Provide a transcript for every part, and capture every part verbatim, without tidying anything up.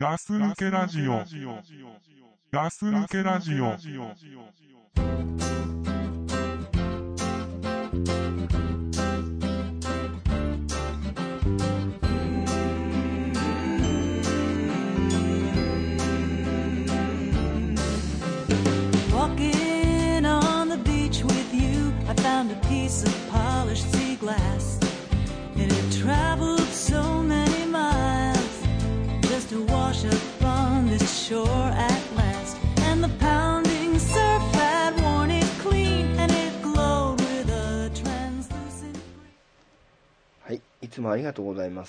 ガス抜けラジオ。ガス抜けラジオ。 Walking on the beach with you, I found a piece of polished sea glass, and it traveled so many miles just to wash up on this shore at last. And the pounding surf had worn it clean, and it glowed with a translucent green. はい、いつもありがとうございます。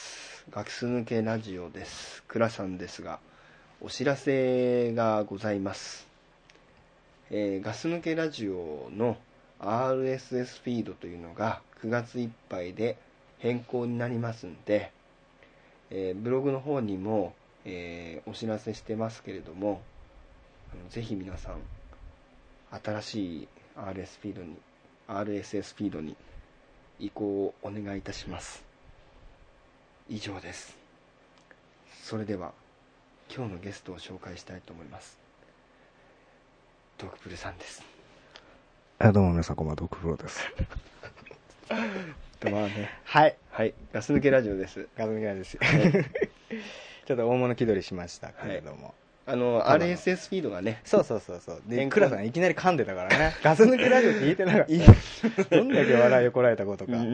ガス抜けラジオです。倉さんですが、お知らせがございます。えー、ガス抜けラジオの アールエスエス フィードというのがくがついっぱいで変更になりますんで、えー、ブログの方にも、えー、お知らせしてますけれども、あのぜひ皆さん新しい アールエス フィードに アールエスエス フィードに移行をお願いいたします。以上です。それでは今日のゲストを紹介したいと思います。ドクプルさんです。 あ、どうも皆さんこんばんは、ドクプロです。 とまあね、 はいはい、ガス抜けラジオです。 ガス抜けラジオです。ちょっと大物気取りしましたけれども、 あの アールエスエス フィードがね、 そうそうそうそうで、 変更クラさんいきなり噛んでたからね。ガス抜けラジオって言えてなかったどんだけ笑いをこられたことか。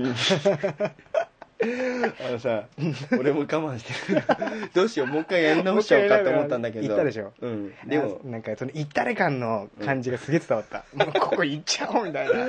あのさ、俺も我慢してるどうしよう、もう一回やり直しちゃおうかと思ったんだけど、 言ったでしょ。 うん、でもなんかその行ったれ感の感じがすげえ伝わった、うん、もうここ行っちゃおうみたいな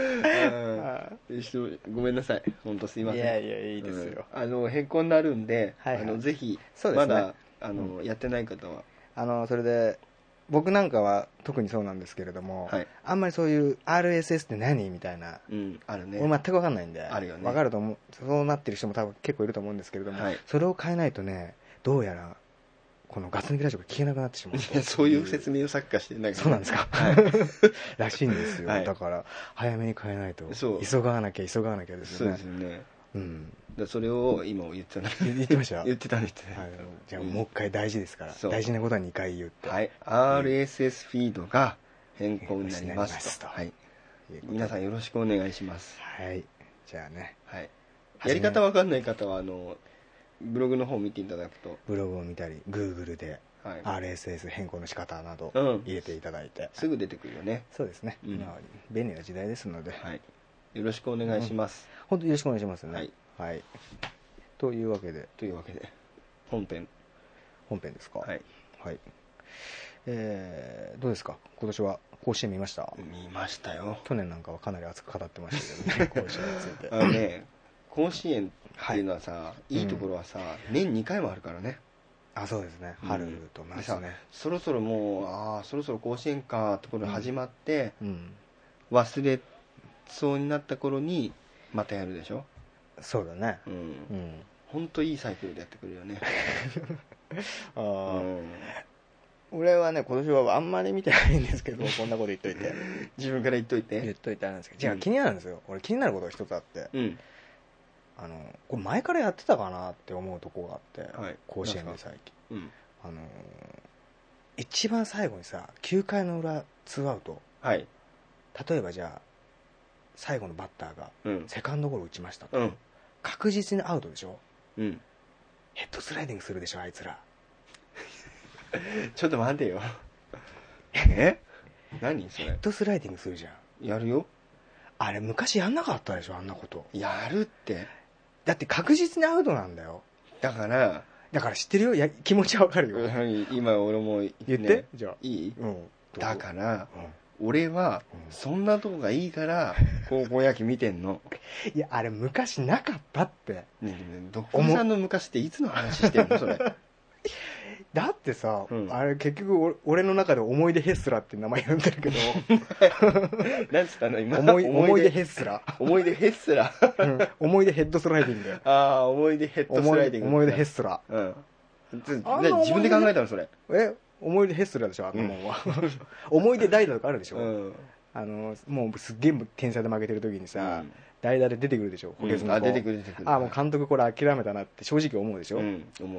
ごめんなさい、本当すいません。 いやいやいいですよ、 うん、あの変更になるんで、はいはい、あのぜひ、ね、まだあの、うん、やってない方はあのそれで僕なんかは特にそうなんですけれども、はい、あんまりそういう アールエスエス って何みたいな、 うん、あるね、 俺全く分かんないんで、 あるよね、 分かると思う、そうなってる人も多分結構いると思うんですけれども、はい、それを変えないとね、どうやらこのガス抜きラジオが聞けなくなってしまう。いや、そういう説明をさっきからしてないから、 そうなんですか、はい、らしいんですよ、はい、だから早めに変えないと、急がなきゃ急がなきゃですよね。 そうですよね、 うん、 だそれを今言ってた言ってました言ってたんですね、 はい、じゃあもう一回大事ですから、うん、大事なことはにかい言って、 はい、アールエスエス フィードが変更になりますと、はい、皆さんよろしくお願いします。 はい、じゃあね、 はい、やり方わかんない方はあのブログの方を見ていただくと、 ブログを見たり Google で、はい、アールエスエス 変更の仕方など入れていただいて、うん、 すぐ出てくるよね。 そうですね、うん、まあ、便利な時代ですので、 はい、よろしくお願いします、 うん、本当よろしくお願いしますね。 はい、 はい、というわけでというわけで本編本編ですか。 はい、 はい、えー、どうですか、今年は甲子園見ました？ 見ましたよ。 去年なんかはかなり熱く語ってましたけどね甲子園について。 あのね、甲子園っていうのはさ、はい、いいところはさ、うん、年にかいもあるからね。 あ、そうですね、春と夏ね、うん、 そろそろもう、ああそろそろ甲子園かってことが始まって、うんうん、忘れそうになった頃にまたやるでしょ。そうだね、うん、うん、ほんといいサイクルでやってくるよねあ、うん、俺はね今年はあんまり見てないんですけどこんなこと言っといて自分から言っといて言っといてあるんですけど、違う、気になるんですよ。俺気になることが一つあって、うん、あのこれ前からやってたかなって思うとこがあって、はい、甲子園で最近、うん、あのー、一番最後にさきゅうかいの裏ツーアウト、はい、例えばじゃあ最後のバッターがセカンドゴロ打ちましたと、うん、確実にアウトでしょ、うん、ヘッドスライディングするでしょあいつらちょっと待てよえ何それ。 ヘッドスライディングするじゃん。やるよ。 あれ昔やんなかったでしょあんなこと。 やるって。 だって確実にアウトなんだよ。 だからだから知ってるよ、や気持ちはわかるよ今俺も、ね、 言ってじゃあいい、うん、だから、うん、俺はそんなとこがいいから高校野球見てんのいやあれ昔なかったってねえねえドクターさんの昔っていつの話してんのそれだってさ、うん、あれ結局俺の中で思い出ヘッスラって名前呼んでるけどなんつったの今思い思い出ヘッスラ思い出ヘッスラ、 うん、思い出ヘッドスライディング。 ああ思い出ヘッドスライディング思い出ヘッスラ、うん、 自分で考えたのそれ。 え思い出ヘッスラでしょあのもんは、うん、思い出代打とかあるでしょ、うん、あのもうすっげえ点差で負けてる時にさ、うん、代打で出てくるでしょ補欠の子、 うん、あ出てくる出てくる。 あもう監督これ諦めたなって正直思うでしょ、うん、思う。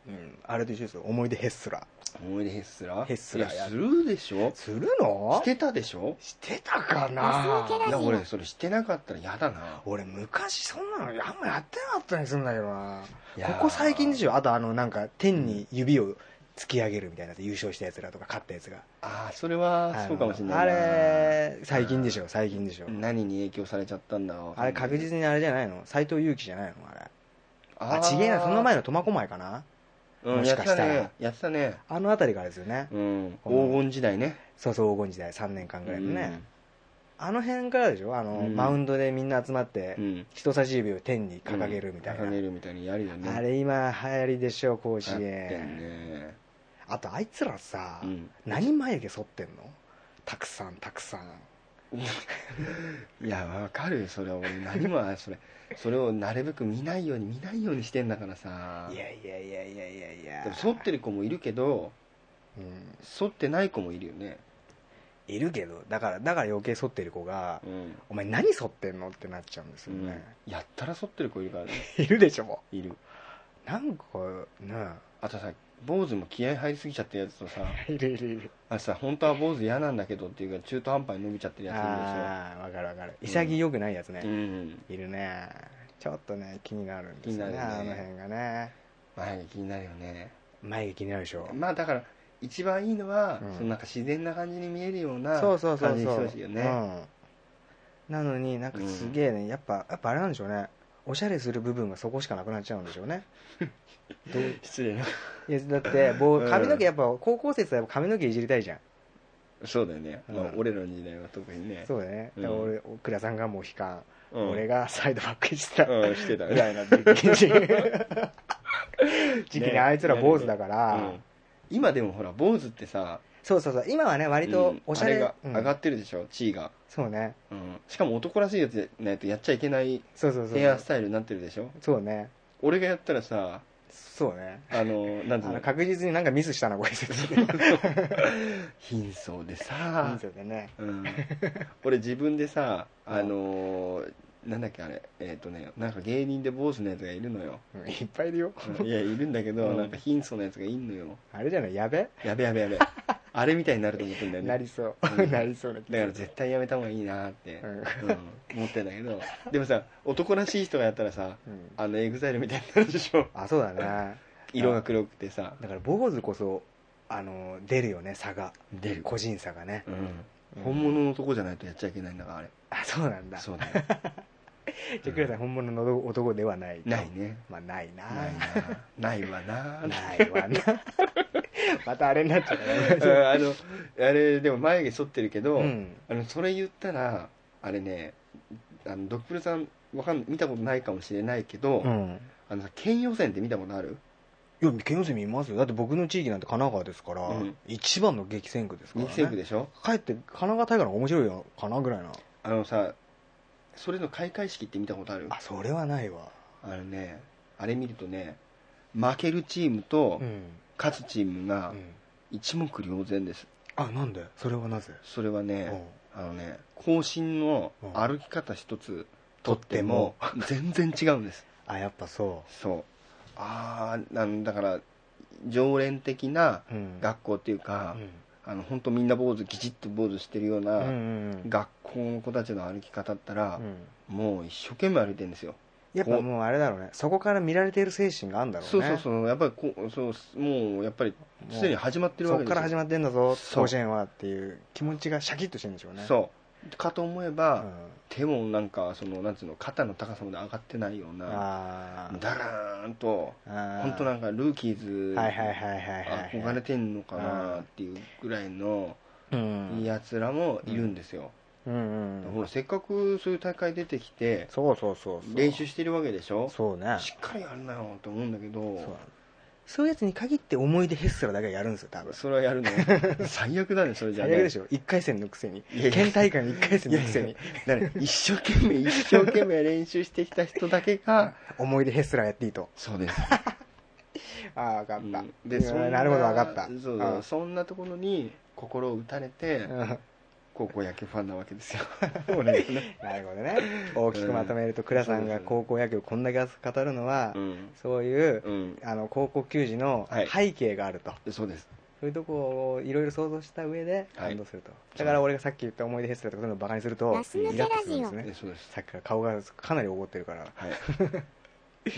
うん、あれと一緒ですよ。思い出ヘッスラー思い出ヘッスラーヘッスラーやするでしょ。 するのしてたでしょ。 してたかな。 いや俺それしてなかったら嫌だな。 俺昔そんなのあんまやってなかったりするんだけどな。ここ最近でしょ。あとあのなんか天に指を突き上げるみたいな優勝したやつらとか勝ったやつが。 ああそれはそうかもしれないな。 あれ最近でしょ。最近でしょ。 何に影響されちゃったんだろう。 あれ確実にあれじゃないの。斎藤佑樹じゃないのあれ。あちげえな。その前の苫小牧かな、 うん、もしかしたらやってたね。やってたね。 あの辺りからですよね、 うん、黄金時代ね。 そうそう黄金時代さんねんかんぐらいのね、うん、あの辺からでしょ。あの、うん、マウンドでみんな集まって、うん、人差し指を天に掲げるみたいな、 うん、掲げるみたいにやるよね。 あれ今流行りでしょ甲子園。 ね、 あとあいつらさ、うん、何眉毛剃ってんの。たくさんたくさんいやわかるよそれは。俺何もそれそれをなるべく見ないように見ないようにしてんだからさ。 いやいやいやいやいやいや。 でも剃ってる子もいるけど、うん、剃ってない子もいるよね。 いるけどだからだから余計剃ってる子が、うん、お前何剃ってんのってなっちゃうんですよね、 うん、やったら剃ってる子いるからねいるでしょ。もいる。 なんかね。 あとさ坊主も気合入りすぎちゃってるやつとさいるいるいる。 あさ本当は坊主嫌なんだけどっていうか中途半端に伸びちゃってるやついるでしょ。 ああ分かる分かる。潔くないやつね、 うん、 いるね。ちょっとね気になるんですよね、あの辺がね。 眉毛気になるよね。 眉毛気になるでしょ。 まあだから一番いいのは、うん、そのなんか自然な感じに見えるような感じにしてほしいよね。 うん、なのになんかすげえね、やっぱやっぱあれなんでしょうね。おしゃれする部分がそこしかなくなっちゃうんでしょうね失礼な。 いやだって髪の毛やっぱ高校生って髪の毛いじりたいじゃん。 そうだよね、うん、まあ、俺らの時代は特にね。 そうだね、だから俺倉さんがモヒカン、うん、俺がサイドバックしてた、 うん、してたぐらいな時期にあいつら坊主だから、ね、うん、 今でもほら坊主ってさ、 そうそうそう今はね割とおしゃれ、うん、 あれが上がってるでしょ、地位が。 そうね、 うん、しかも男らしいやつじゃないとやっちゃいけないヘアスタイルになってるでしょ。 そうね。俺がやったらさ、 そうね、 あのなんていうの、 確実になんかミスしたなこいつ貧相でさ、 貧相でね、 うん、俺自分でさ、あのー、なんだっけあれ、えっ、ー、とねなんか芸人で坊主のやつがいるのよ、 うん、いっぱいいるよいやいるんだけど、うん、なんか貧相なやつがいんのよ。 あれじゃない、やべやべやべやべあれみたいになると思ってんだよね。 なりそう、うん、なりそうな。 だから絶対やめた方がいいなって、うんうん、思ってんだけど、でもさ男らしい人がやったらさ、うん、あのエグザイルみたいになるでしょ。 あ、そうだね色が黒くてさ。 だから坊主こそあの出るよね、差が出る、 個人差がね、 うん、本物の男じゃないとやっちゃいけないんだからあれ。 あ、そうなんだ。 そうだよじゃあクラさん本物の男ではない。 ないね。 まあないな。 ないわな。 ないわな。またあれになっちゃうからあのあれでも眉毛剃ってるけど、うん、あのそれ言ったらあれね、あのドクプルさんわかん見たことないかもしれないけど、うん、あの県予選って見たことある？ いや県予選見ますよ。だって僕の地域なんて神奈川ですから、うん、一番の激戦区ですからね。 激戦区でしょ。 かえって神奈川大会の方が面白いよかなぐらいな。 あのさ、それの開会式って見たことある？ あ、それはないわ。 あのね、あれ見るとね、負けるチームと勝つチームが一目瞭然です。 うん、あ、なんで？それはなぜ？ それはね、あのね、行進の歩き方一つとっても全然違うんです。 あ、やっぱそう。 そう。ああ、なんだから常連的な学校っていうか、うんうん、あの本当みんな坊主きちっと坊主してるような学校の子たちの歩き方だったら、うん、もう一生懸命歩いてるんですよ。 やっぱもうあれだろうね、そこから見られている精神があるんだろうね。 そうそうそう、やっぱりこう、そう、もうやっぱりすでに始まってるわけですよ。 そこから始まってんだぞ甲子園はっていう気持ちがシャキッとしてるんでしょうね。 そうかと思えば、うん、手もなんかそのなんつうの、肩の高さまで上がってないような、ダラーンと本当なんかルーキーズ憧れてんのかなっていうぐらいのやつらもいるんですよ。うんうんうん、ほらせっかくそういう大会出てきて、 そうそうそうそう、 練習してるわけでしょ。 そうね、 しっかりやるなよと思うんだけど、そうそういうやつに限って思い出ヘッスラだけはやるんですよ多分。 それはやるの最悪だね、それじゃね。 最悪でしょ、いっかい戦のくせに、県大会のいっかい戦のくせに。 だから一生懸命一生懸命練習してきた人だけが思い出ヘッスラやっていいと。 そうですああ分かった、うん、 でそんな、 なるほど分かった。 そうそう、そんなところに心を打たれて、うん、 高校野球ファンなわけですよ俺ね。 なるほどね。大きくまとめると、倉さんが高校野球をこんだけ熱く語るのは、うん、そういう、うん、あの高校球児の背景があると、はい、 そうです。 そういうとこをいろいろ想像した上で感動すると、はい、だから俺がさっき言った思い出フェスタとかそういうのをバカにするとイラッとするんですね。 そうです。 さっきから顔がかなりおごってるから、はい、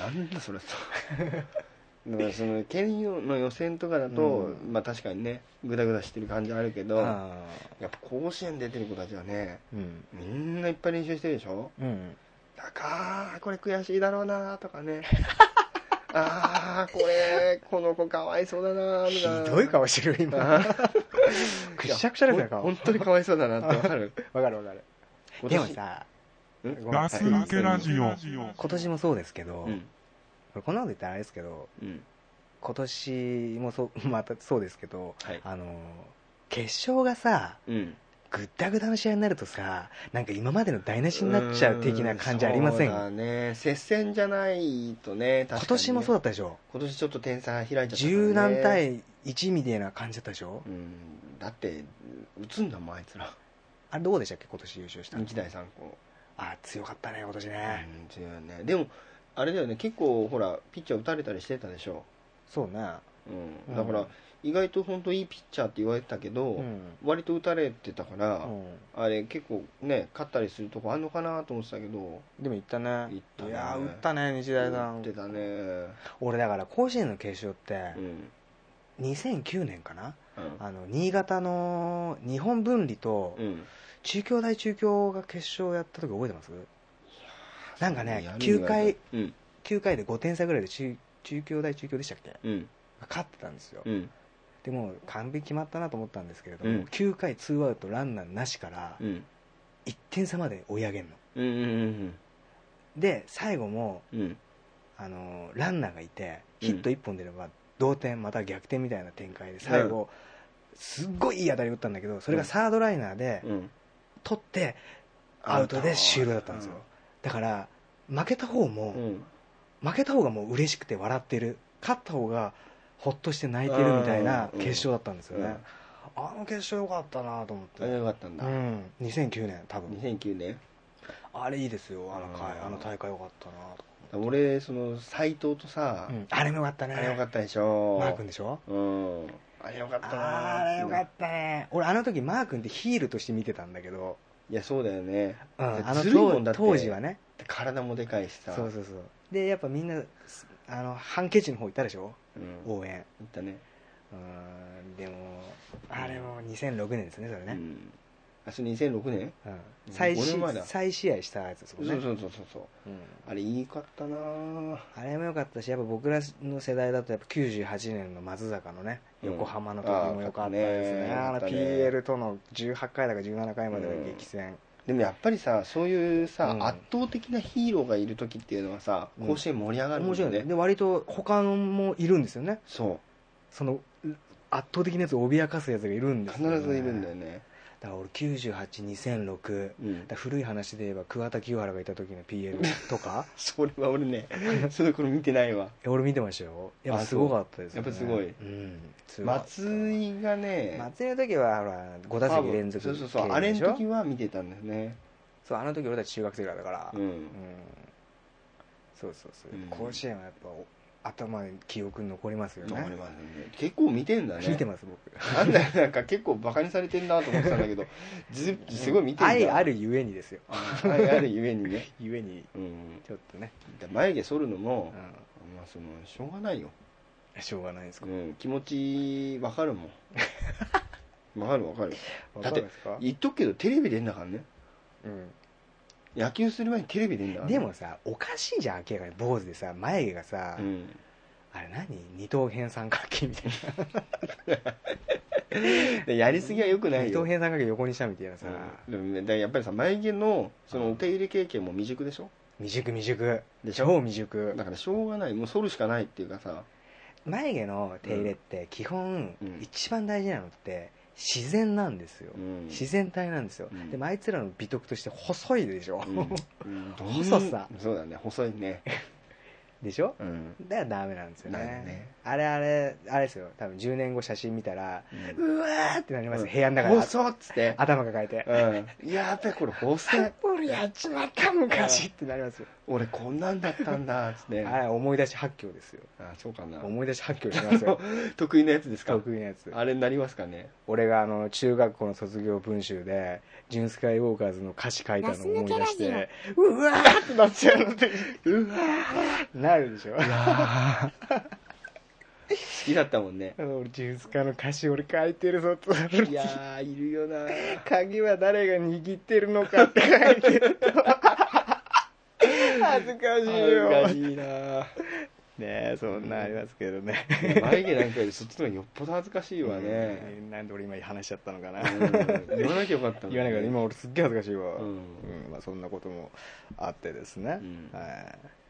なんだそれとだからその県の予選とかだと、うん、まあ確かにねグダグダしてる感じあるけど、やっぱ甲子園出てる子たちはね、うん、みんないっぱい練習してるでしょ、うん、だからこれ悔しいだろうなとかねああこれこの子かわいそうだなとか、 ひどい顔してる今くしゃくしゃですね顔。 本当にかわいそうだなってわかるわかるわかる。でもさ、 ガス抜けラジオ、 今年もそうですけど、うん、こんなこと言ったらあれですけど、うん、今年もそうまたそうですけど、はい、あの決勝がさ、うん、ぐったぐたの試合になるとさ、なんか今までの台無しになっちゃう的な感じありません？ そうだね、接戦じゃないとね。確かにね、 今年もそうだったでしょ。 今年ちょっと点差開いちゃったからね、 十何対いちみたいな感じだったでしょ。うん、 だって打つんだもんあいつら。 あれどうでしたっけ今年優勝したの？ 日大三高。 あ、強かったね今年ね。 うん、強いね。でもあれだよね、結構ほらピッチャー打たれたりしてたでしょ。 そうね、 うん、だから意外と本当いいピッチャーって言われてたけど、うん、割と打たれてたから、うん、あれ結構ね勝ったりするとこあんのかなと思ってたけど、 でも行ったね。行ったね。いや打ったね日大さん。 打ってたね。 俺だから甲子園の決勝って、うん、にせんきゅうねんかな、うん、あの新潟の日本文理と、うん、中京大中京が決勝やった時覚えてます？なんかねきゅうかい、うん、きゅうかいでごてん差ぐらいで中中京大中京でしたっけ、うん、勝ってたんですよ、うん、でも完璧決まったなと思ったんですけれども、うん、きゅうかいツーアウトランナーなしからいってん差まで追い上げるの、うんうんうん、で最後も、うん、あのランナーがいてヒットいっぽん出れば同点また逆転みたいな展開で最後、うん、すっごいいい当たり打ったんだけど、それがサードライナーで、うん、取ってアウトで終了だったんですよ、うん、だから負けた方も、うん、負けた方がもう嬉しくて笑ってる、勝った方がほっとして泣いてるみたいな決勝だったんですよね、うんうん、あの決勝よかったなと思って。 よかったんだ、うん、 にせんきゅうねん多分にせんきゅうねんあれいいですよ、あの回あの大会よかったなと。 俺その斎藤とさ、うん、 あれもよかったね。 あれよかったでしょ、 マー君でしょ、うん、 あれよかったな。 あれよかったね。俺あの時マー君ってヒールとして見てたんだけど。 いやそうだよね、 うん、あの当時はね体もでかいしさ。 そうそうそう。でやっぱみんなあの半ケチの方行ったでしょ、うん、応援行ったね。 うん、でもあれもにせんろくねんですねそれね、うん、 あそれにせんろくねん、うん、 再, 再試合したやつですもんね。 そうそうそうそう、うん、あれいいかったな。 あれもよかったし、やっぱ僕らの世代だとやっぱきゅうじゅうはちねんの松坂のね、うん、横浜の時もよかったですね、あ, あの ピーエル とのじゅうはちかいだかじゅうななかいまでの激戦、うん、 でもやっぱりさそういうさ、うん、圧倒的なヒーローがいる時っていうのはさ、甲子園盛り上がるんだよね、うん、面白いね。で割と他のもいるんですよね。 そう、 その圧倒的なやつを脅かすやつがいるんですよね。 必ずいるんだよね。 だから俺きゅうじゅうはち、にせんろく、うん、だ古い話で言えば桑田清原がいた時の ピーエル とかそれは俺ねそういうこれ見てないわ。 俺見てましたよ。やっぱすごかったですよね。 やっぱすごい、うん、松井がね、 松井の時はほらごだせき連続、 そうそうそう、あれの時は見てたんだよね。 そう、あの時俺たち中学生ぐらいだから、うんうん、そうそうそう、うん、甲子園はやっぱ頭に記憶に残りますよね。残りますね。 結構見てんだね。 見てます僕。 なんだよ、なんか結構バカにされてんなと思ってたんだけどすごい見てんだ。 愛あるゆえにですよ。 愛あるゆえにねゆえに、うん、ちょっとね眉毛剃るのも、うん、まあそのしょうがないよ。 しょうがないですか、 うん、気持ちわかるもんわかるわかる。だって言っとくけどテレビ出んだからね、うん、野球する前にテレビ出んだから、ね、 でもさおかしいじゃん、明らかに坊主でさ眉毛がさ、うん、あれ何二等辺三角形みたいなやりすぎはよくないよ。 二等辺三角形横にしたみたいなさ、 うん、でもだやっぱりさ眉毛のそのお手入れ経験も未熟でしょ。 未熟未熟でしょ。超未熟だからしょうがない、もう剃るしかないっていうかさ。 眉毛の手入れって基本、うん、一番大事なのって自然なんですよ、うん、自然体なんですよ、うん、でもあいつらの美徳として細いでしょ、うんうん、細さ。 そうだね、細いねでしょ、うん、だからダメなんですよ ね, ね。 あれあれあれですよ、多分じゅうねんご写真見たら、うん、うわーってなりますよ、うん、部屋の中で細っつって頭抱えて、 うん、やっべこれ細っ俺やっちまった昔ってなりますよ。 俺こんなんだったんだっつって、 あれ思い出し発狂ですよ。 あ、そうかな、 思い出し発狂しますよ得意なやつですか。 得意なやつ、 あれになりますかね。 俺があの中学校の卒業文集でジュンスカイウォーカーズの歌詞書いたのを思い出してうわーってなっちゃうのでうわーなるでしょ。 好きだったもんね。 俺ジュンスカの歌詞俺書いてるぞと。 いやーいるよな。 鍵は誰が握ってるのかって書いてると恥ずかしいよ。 恥ずかしいなねえ、そんなありますけどね。 眉毛なんかよりそっちの方がよっぽど恥ずかしいわね、 うん、なんで俺今話しちゃったのかな、 うん、言わなきゃよかったの、ね、 言わなきゃ今俺すっげえ恥ずかしいわ、うんうんまあ、そんなこともあってですね、 うんはい、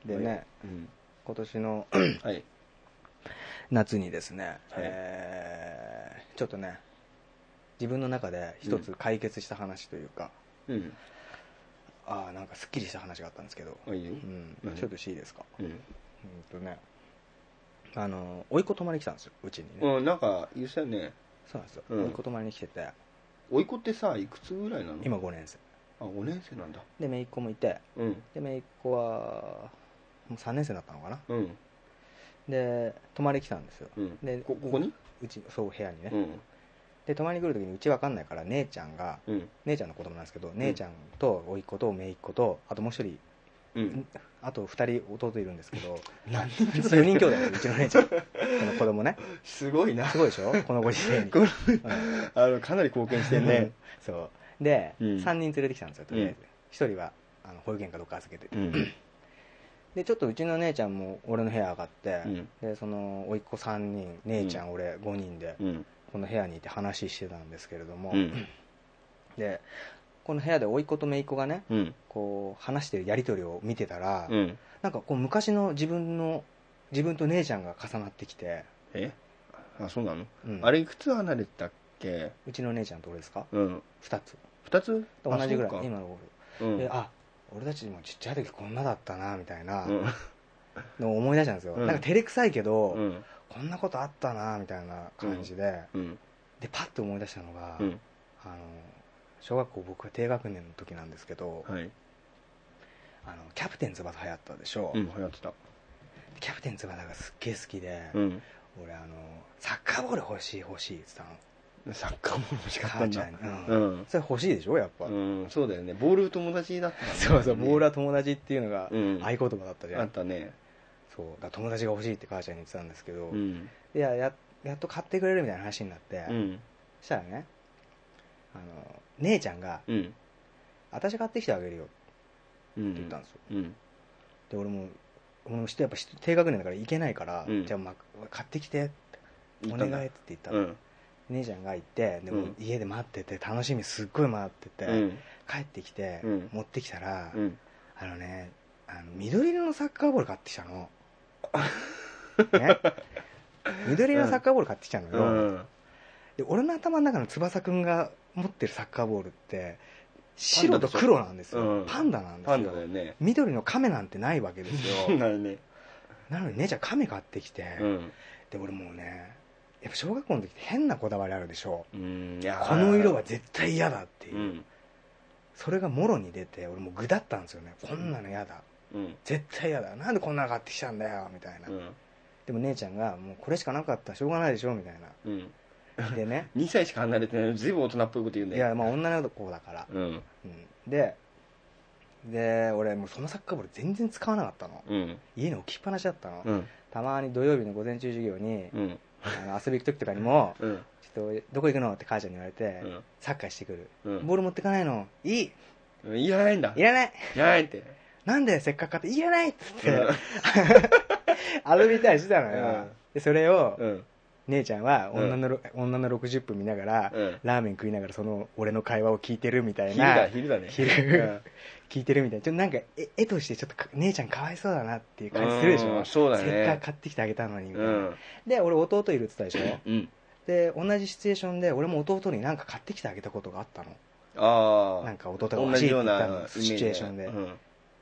でね、うん、今年のはい夏にですね、 はいえー、ちょっとね自分の中で一つ解決した話というか、 うん、 ああなんかすっきりした話があったんですけど、 いいよ、 うん、ちょっとしていいですか。 うん、 うんとねあの甥っ子泊まりに来たんですよ、うちにね。 うん、なんか言ってたよね。 そうなんですよ、 うん、 甥っ子泊まりに来てて。 甥っ子ってさいくつぐらいなの。 今ごねん生。 あ、ごねん生なんだ。 で姪っ子もいて、 うん、 で姪っ子はもうさんねん生だったのかな、 うん、 で泊まりに来たんですよ、 うん、 でこ, ここにうちそう部屋にね、 うん、 で泊まりに来る時にうちわかんないから姉ちゃんが、 うん、 姉ちゃんの子供なんですけど、姉ちゃんと甥っ子と姪っ子とあともう一人、 うん、 あとふたり弟いるんですけど何人兄弟よにん兄弟ですうちの姉ちゃんこの子供ね。 すごいな。 すごいでしょこのご時世にうん、あのかなり貢献してんねそうで、 うん、 さんにん連れてきたんですよとりあえず、うん、ひとりはあの保育園かどっか預けてて、うん、でちょっとうちの姉ちゃんも俺の部屋上がって、うん、でその甥っ子さんにん姉ちゃん、うん、俺ごにんで、うん、この部屋にいて話してたんですけれども、うん、でこの部屋で甥っ子と姪っ子がね、うん、こう話してるやり取りを見てたら、うん、なんかこう昔の自分の自分と姉ちゃんが重なってきて。 えあ、そうなの、うん、あれいくつ離れてたっけ。 うちの姉ちゃんと俺ですか、 うん、 ふたつふたつ同じぐらい今の俺、 うん、 であ俺たちもちっちゃい時こんなだったなみたいなのを思い出したんですよ、うん、なんか照れくさいけど、うん、こんなことあったなみたいな感じで、うん、でパッと思い出したのが、うん、あの小学校僕は低学年の時なんですけど、はい、あのキャプテン翼流行ったでしょ、 うん、流行ってた。 キャプテン翼がすっげえ好きで、うん、俺あのサッカーボール欲しい欲しいって言ってたの。 サッカーボール欲しかったんだ。 うん、うん、それ欲しいでしょやっぱ、 うん、そうだよね。ボール友達だったんだ、ね、 そうそう、ボールは友達っていうのが合言葉だったじゃん、 うん、あったね。 そうだ友達が欲しいって母ちゃんに言ってたんですけど、うん、いや や, やっと買ってくれるみたいな話になって、うん、そしたらねあの姉ちゃんが、うん、私買ってきてあげるよって言ったんですよ、うんうん、で俺も俺もやっぱ低学年だから行けないから、うん、じゃあ、まあ、買ってきてってお願いって言ったら、うん、姉ちゃんが行ってでも家で待ってて楽しみすっごい待ってて、うん、帰ってきて、うん、持ってきたら、うん、あのねあの緑色のサッカーボール買ってきたの、ね、緑色のサッカーボール買ってきたのよ、うん、で俺の頭の中の翼くんが持ってるサッカーボールって白と黒なんですよ、うん、パンダなんですよ、 パンダだよね。 緑の亀なんてないわけですよないね。 なのに姉ちゃん亀買ってきて、うん、で俺もうねやっぱ小学校の時って変なこだわりあるでしょ、うん、いやこの色は絶対嫌だっていう、うん、それがもろに出て俺もう具だったんですよね、こんなの嫌だ、うん、絶対嫌だ、なんでこんなの買ってきたんだよみたいな、うん、でも姉ちゃんがもうこれしかなかったらしょうがないでしょみたいな、うんでね、 にさいしか離れてないずいぶん大人っぽいこと言うんだよ。 いやまあ女の子だから、うんうん、でで俺もうそのサッカーボール全然使わなかったの、うん、家に置きっぱなしだったの、うん、たまに土曜日の午前中授業に、うん、あの遊び行く時とかにも、うん、ちょっとどこ行くのって母ちゃんに言われて、うん、サッカーしてくる、うん、ボール持ってかないのいいいらないんだいらないいらないってなんでせっかく買っていらないっつって、うん、遊びたりしてたのよ、うん、でそれを、うん姉ちゃんは女の、うん、女のろくじゅっぷん見ながら、うん、ラーメン食いながらその俺の会話を聞いてるみたいな昼だ昼だね昼、うん、聞いてるみたいなちょっとなんか絵絵としてちょっと姉ちゃんかわいそうだなっていう感じするでしょ、 うん、そうだねせっかく買ってきてあげたのにみたいな、うん、で俺弟いるって言ったでしょ、うん、で同じシチュエーションで俺も弟に何か買ってきてあげたことがあったの。あなんか弟が欲しいって言ったのシチュエーションで、うん、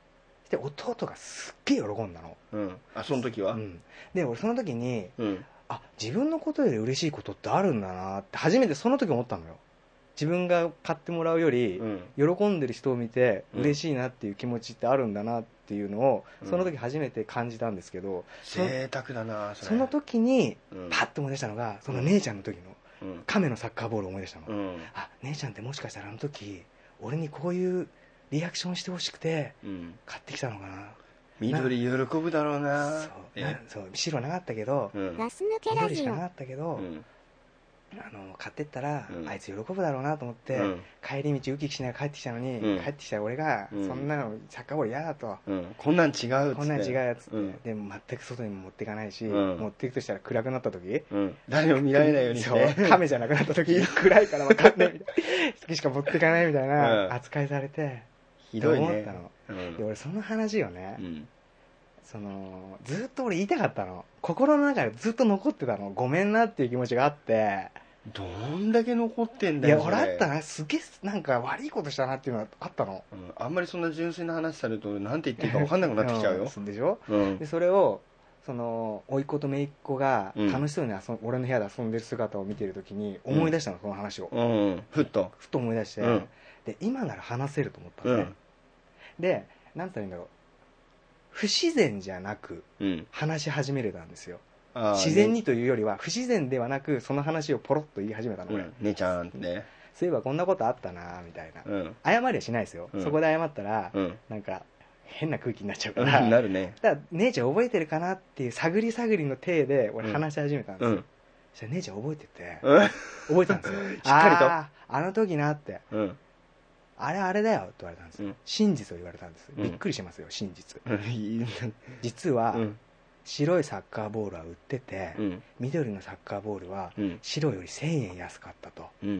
で弟がすっげえ喜んだの、 うん、あその時は、うん、 で俺その時に、うん、あ自分のことより嬉しいことってあるんだなって初めてその時思ったのよ。自分が買ってもらうより、うん、喜んでる人を見て嬉しいなっていう気持ちってあるんだなっていうのを、うん、その時初めて感じたんですけど、 贅沢だなそれ。 その時にパッと思い出したのが、その姉ちゃんの時の、うん、亀のサッカーボールを思い出したの、うん、あ姉ちゃんってもしかしたらあの時俺にこういうリアクションしてほしくて買ってきたのかな、 緑喜ぶだろうな。 そうなそう白なかったけど、うん、緑しかなかったけど、うん、あの買ってったら、うん、あいつ喜ぶだろうなと思って、うん、帰り道ウキウキしながら帰ってきたのに、うん、帰ってきた俺が、うん、そんなのサッカーボール嫌だと、 うん、こんなん違うっつってこんなん違うやつって、うん、でも全く外にも持っていかないし、うん、持っていくとしたら暗くなった時、うん、 誰も見られないようにしてそう亀じゃなくなった時暗いから分かんないみたいなしか持っていかないみたいな扱いされて、 ひどいね思ったの、うん、で俺その話をね、うん、そのずっと俺言いたかったの、心の中でずっと残ってたの、ごめんなっていう気持ちがあって。 どんだけ残ってんだよ。 いや俺あったな、すげえなんか悪いことしたなっていうのがあったの、 うん、あんまりそんな純粋な話されるとなんて言っていいか分かんなくなってきちゃうよ、 うん、でしょ、うん、でそれをその甥っ子と姪っ子が楽しそうに遊、うん、俺の部屋で遊んでる姿を見てるときに思い出したの、うん、その話を、 うんうん、ふっとふっと思い出して、うん、で今なら話せると思ったのね、うん、でなんて言うんだろう、不自然じゃなく話し始めれたんですよ、自然にというよりは不自然ではなくその話をポロッと言い始めたの、うん、 姉ちゃんってね、 そういえばこんなことあったなみたいな、うん、謝りはしないですよ、うん、そこで謝ったら、うん、なんか変な空気になっちゃうから、 うん、なるね。 だから姉ちゃん覚えてるかなっていう探り探りの体で俺話し始めたんですよ、うん、そしたら姉ちゃん覚えてて、うん、覚えたんですよしっかりと、ああの時なって、うん、あれあれだよって言われたんですよ、うん、真実を言われたんです、びっくりしますよ真実、うん、実は、うん、白いサッカーボールは売ってて、うん、緑のサッカーボールは白よりせんえん安かったと、うんうん、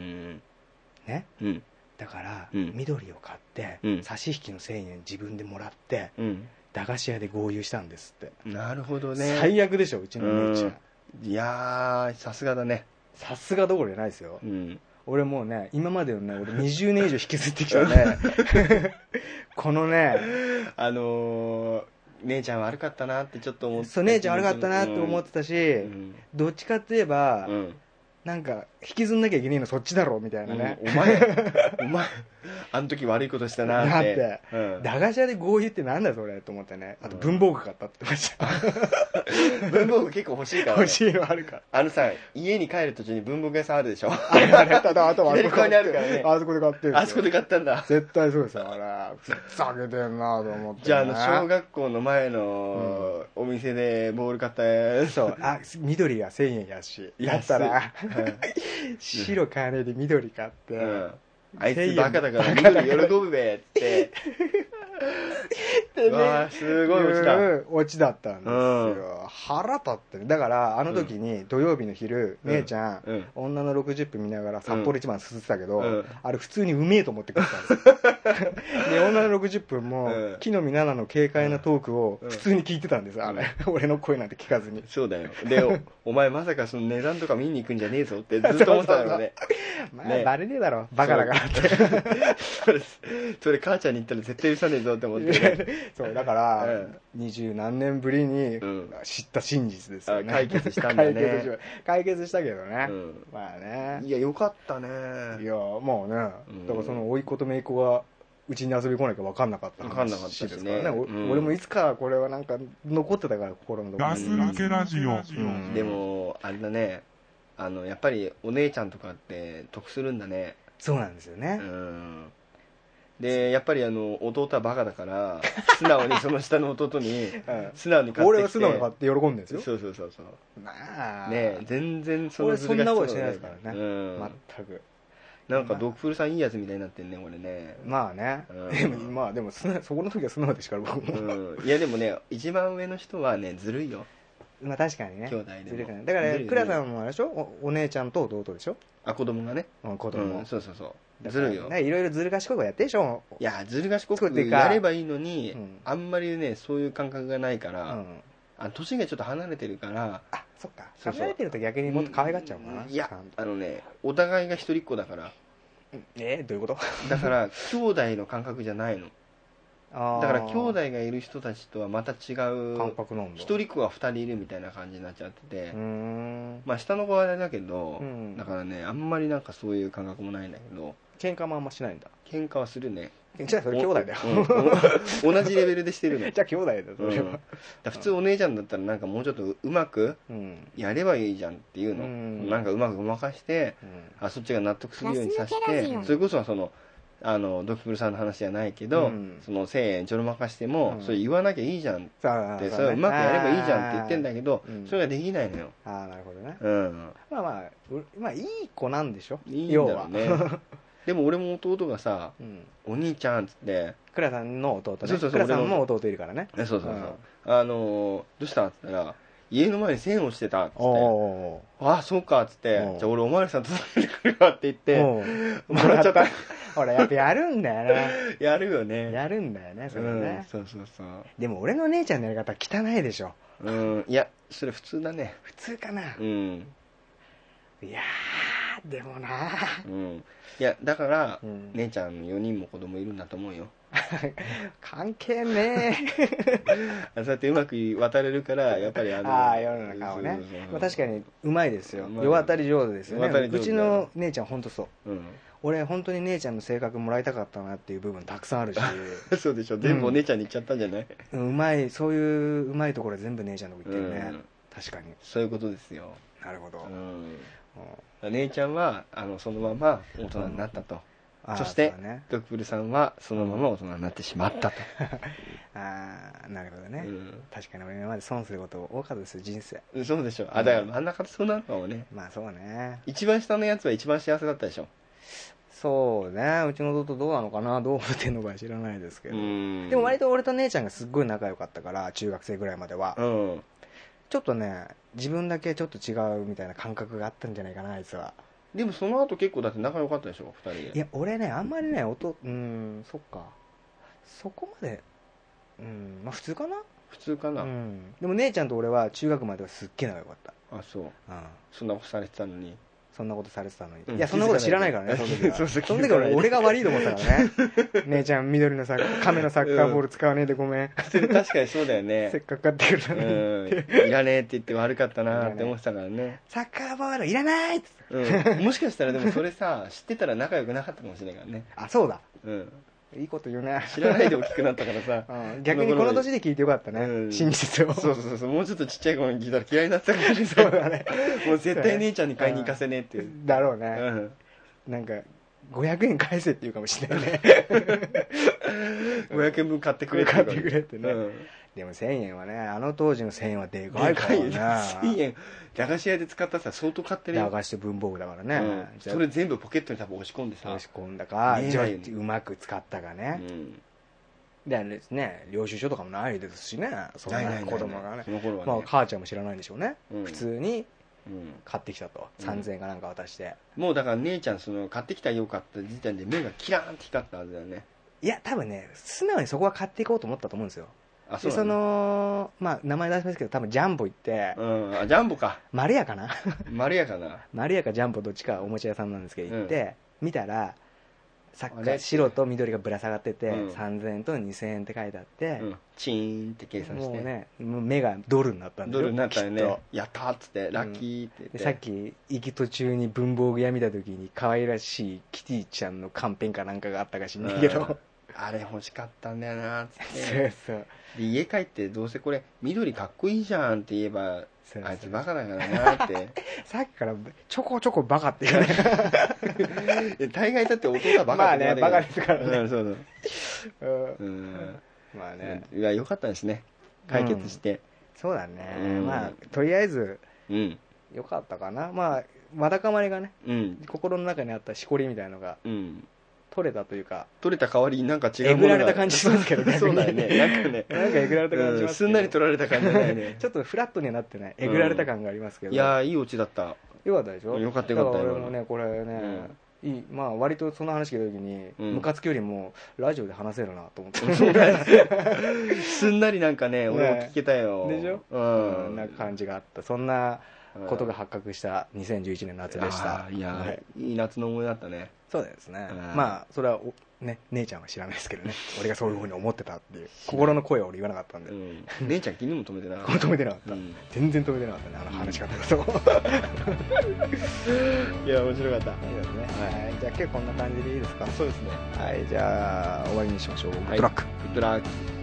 ね、うん、だから、うん、緑を買って、うん、差し引きのせんえん自分でもらって、うん、駄菓子屋で豪遊したんですって。 なるほどね。 最悪でしょうちの姉ちゃん、 うん、いやーさすがだね。 さすがどころじゃないですよ、うん、俺もうね今までのね俺にじゅうねん以上引きずってきたねこのねあのー姉ちゃん悪かったなってちょっと思って、 そう姉ちゃん悪かったなって思ってたし、うん、どっちかって言えば、うん、なんか引きずんなきゃいけねえのそっちだろみたいなね、 うん、お前お前あの時悪いことしたなって、 って、うん、駄菓子屋で豪遊ってなんだそれと思ってね、あと文房具買ったって言ってました、 文房具結構欲しいから、ね、 欲しいのあるからあのさ家に帰る途中に文房具屋さんあるでしょあれあれあとあと左側にあるからね、 あそこで買ってる、 あそこで買ったんだ、 絶対そうですよ、あれふざけてんなと思って、ね、 じゃああの小学校の前のお店でボール買ったやつ、 そうあ緑がせんえん安しやったら白買わねえで緑買って、うん、 あいつバカだから緑喜ぶべってうわすごいオチだオチだったんですよ、うん、腹立ってだからあの時に土曜日の昼、うん、姉ちゃん、うん、女のろくじゅっぷん見ながら札幌一番すすってたけど、うん、あれ普通にうめえと思ってくれたんですで女のろくじゅっぷんも、うん、木の実奈々の軽快なトークを普通に聞いてたんです、あれ俺の声なんて聞かずに。 そうだよ。で お, お前まさかその値段とか見に行くんじゃねえぞってずっと思ってたのねまあ、ね、バレねえだろバカだからってそれそれ母ちゃんに言ったら絶対許さねえぞって思って、ね、 そうだから二十、うん、何年ぶりに知った真実ですよね、 うん、解決したんだね解決解決したけどね、うん、まあね、 いやよかったね。 いやもうね、うん、だからその甥っ子と姪っ子がうちに遊び来なきゃ分かんなかった話ですからね、 うん、俺もいつかこれはなんか残ってたから心のところに。 ガス抜けラジオ、うんうん、でもあれだね、あのやっぱりお姉ちゃんとかって得するんだね。 そうなんですよね、 うん、でやっぱりあの弟はバカだから素直にその下の弟に素直に買ってきて俺は素直に買って喜んでるんですよ。 そうそうそうそう、 まあね全然そのずるが必要ない、俺そんなことしてないですからね、うん、全くなんかドッフルさんいいやつみたいになってんね俺ね。 まあね、うん、でもまあでもそこの時は素直でしか僕も、 うん、いやでもね一番上の人はねずるいよ。 まあ確かにね、 兄弟でもかだから倉さんもあれでしょ お, お姉ちゃんと弟でしょ。 あ子供がね、 うん、子供、 うん、そうそうそうずるいよ。 いろいろずる賢い子やってるでしょ。 いやずる賢くやればいいのに、うん、あんまりねそういう感覚がないから、うん、あ年がちょっと離れてるから。 あそっか、離れてると逆にもっと可愛がっちゃうかな、 うん、いやあのねお互いが一人っ子だから。 えー、どういうことだから兄弟の感覚じゃないの。 だから兄弟がいる人たちとはまた違う感覚なんだ。 一人っ子が二人いるみたいな感じになっちゃってて、 うーん、 まあ下の子はあれだけど、 うん、 だからねあんまりなんかそういう感覚もないんだけど。 喧嘩もあんましないんだ。 喧嘩はするね。 じゃあそれ兄弟だよ、 うん、同じレベルでしてるの。 じゃあ兄弟だよそれは、うん、 だ普通お姉ちゃんだったらなんかもうちょっとうまくやればいいじゃんっていうの、うん、なんかうまくごまかして、うん、あそっちが納得するようにさせて、それこそそのあのドキプルさんの話じゃないけど、うん、そのせんえんちょろまかしても、うん、それ言わなきゃいいじゃんって、うん、それをうまくやればいいじゃんって言ってんだけど、それができないのよ。 ああなるほどね、 うん、 まあまあまあいい子なんでしょ、 いいんだろうねでも俺も弟がさ、うん、お兄ちゃんっつってクラさんの弟ね、 そうそうそう、 クラさんも弟いるからね、 そうそうそう、うん、あのー、どうしたっつったら家の前に線をしてたっつって、ああそうかっつって、じゃあ俺おまわりさん届けてくるわって言ってもらっちゃった。 ほらやっぱやるんだよねやるよね、 やるんだよねそれね、 うん、そうそうそう。 でも俺の姉ちゃんのやり方汚いでしょ。 うん、いやそれ普通だね。 普通かな。 うん、 いやーでもな、 うん、いやだから、うん、姉ちゃんよにんも子供いるんだと思うよ関係ねえそうやってうまく渡れるからやっぱりあのああ世の中をね、まあ、確かにうまいですよ、世渡り上手ですよね。うちの姉ちゃん本当そう、うん、俺本当に姉ちゃんの性格もらいたかったなっていう部分たくさんあるしそうでしょ、全部お姉ちゃんに言っちゃったんじゃない、 うん、うまい、そういううまいところ全部姉ちゃんのとこ行ってるね、うん、確かにそういうことですよ。 なるほど、 うん、姉ちゃんはあのそのまま大人になったと、うん、そして、ね、ドクプルさんはそのまま大人になってしまったとああなるほどね、うん、確かに俺今まで損すること多かったですよ人生。 そうでしょ、あだから真ん中でそうなるかもね、 まあそうね、 一番下のやつは一番幸せだったでしょ。 そうね、うちの弟どうなのかな、どう思ってんのか知らないですけど、でも割と俺と姉ちゃんがすっごい仲良かったから中学生ぐらいまでは、うん、ちょっとね自分だけちょっと違うみたいな感覚があったんじゃないかなあいつは。 でもその後結構だって仲良かったでしょふたりで。 いや俺ねあんまりね弟うんそっかそこまでうんまあ普通かな普通かな、うん、 でも姉ちゃんと俺は中学まではすっげえ仲良かった。 あそう、うん、そんなことされてたのにそんなことされてたのに、うん、いやそんなこと知らないからねその時はその時は俺が悪いと思ってたからね姉ちゃん緑のサッ亀のサッカーボール使わねえでごめん、 うん、確かにそうだよねせっかく買ってくれたのに、 うん、いらねえって言って悪かったなって思ってたからねサッカーボールいらないっつって、 うん、もしかしたらでもそれさ知ってたら仲良くなかったかもしれないからね。 あそうだ、 うんいいこと言うね。 知らないで大きくなったからさ、 うん、逆にこの年で聞いてよかったね、うん、真実を。 そうそうそう、もうちょっとちっちゃい頃に聞いたら嫌いになったかもしれない。そうだねもう絶対姉ちゃんに買いに行かせねえっていう、 だろうね、うん、なんかごひゃくえん返せって言うかもしれないねごひゃくえんぶん買ってくれって買ってくれってね、うん、でもせんえんはねあの当時のせんえんはでかいからね。 せんえん駄菓子屋で使ったさ相当買ってるよ。 駄菓子と文房具だからね、 うん、それ全部ポケットに多分押し込んでさ押し込んだか、ね、うまく使ったかね、うん、であれですね領収書とかもないですしねそんな子供がね、その頃はね、まあ、母ちゃんも知らないんでしょうね、うん、普通に買ってきたと、うん、さんぜんえんかなんか渡して、 もうだから姉ちゃんその買ってきたよかった時点で目がキラーンって光ったはずだよね。 いや多分ね素直にそこは買っていこうと思ったと思うんですよ。あそう、ね、でそのまあ名前出しますけど多分ジャンボ行って、 うん、あジャンボか丸屋かな丸屋かな丸屋かジャンボどっちかおもちゃ屋さんなんですけど行って、うん、見たらサッカー白と緑がぶら下がってて、うん、さんぜんえんとにせんえんって書いてあって、うん、 チーンって計算してもうねもう目がドルになったんですよ。 ドルになったよね。やったーっつってラッキーって言って、 うん、さっき行き途中に文房具屋見た時に可愛らしいキティちゃんのカンペンかなんかがあったかしんないけど、うん、 あれ欲しかったんだよなーっつってそうそうで家帰ってどうせこれ緑かっこいいじゃんって言えばそうそうあいつバカだからなってさっきからちょこちょこバカって言うね大概だって弟はバカって言われるまあねバカですからね、 うん、そうそう、うん、 まあねいや良かったですね解決して、うん、 そうだね、うん、まあとりあえず良かったかな、まあわだかまりがね、うん、心の中にあったしこりみたいなのが、うん取れたというか取れた代わりになんか違うものがえぐられた感じしますけどねそうだよねなんかねなんかえぐられた感じしますけど、うん、 すんなり取られた感じじゃないねちょっとフラットにはなってないえぐられた感がありますけど、うん、 いやーいいオチだった。 よかったでしょ。 よかったよかっただから俺もねこれね、うん、いいまあ割とその話聞いた時に、うん、ムカつきよりもラジオで話せるなと思って、 そうだよすんなりなんかね俺も聞けたよ、 ね、でしょ、うん、うん、な感じがあった。そんなことが発覚したにせんじゅういちねん夏でした。 いや、はい、いい夏の思いだったね。 そうですね、まあそれはね、姉ちゃんは知らないですけどね、俺がそういうふうに思ってたっていう心の声は俺言わなかったんで、うん、 姉ちゃん気にも止めてなかった止めてなかった、うん、全然止めてなかったね、あの話し方だといや面白かった。 いいですね、はい、じゃあ今日こんな感じでいいですか。そうですね、はい、じゃあ終わりにしましょう。グッドラック。 グッドラック。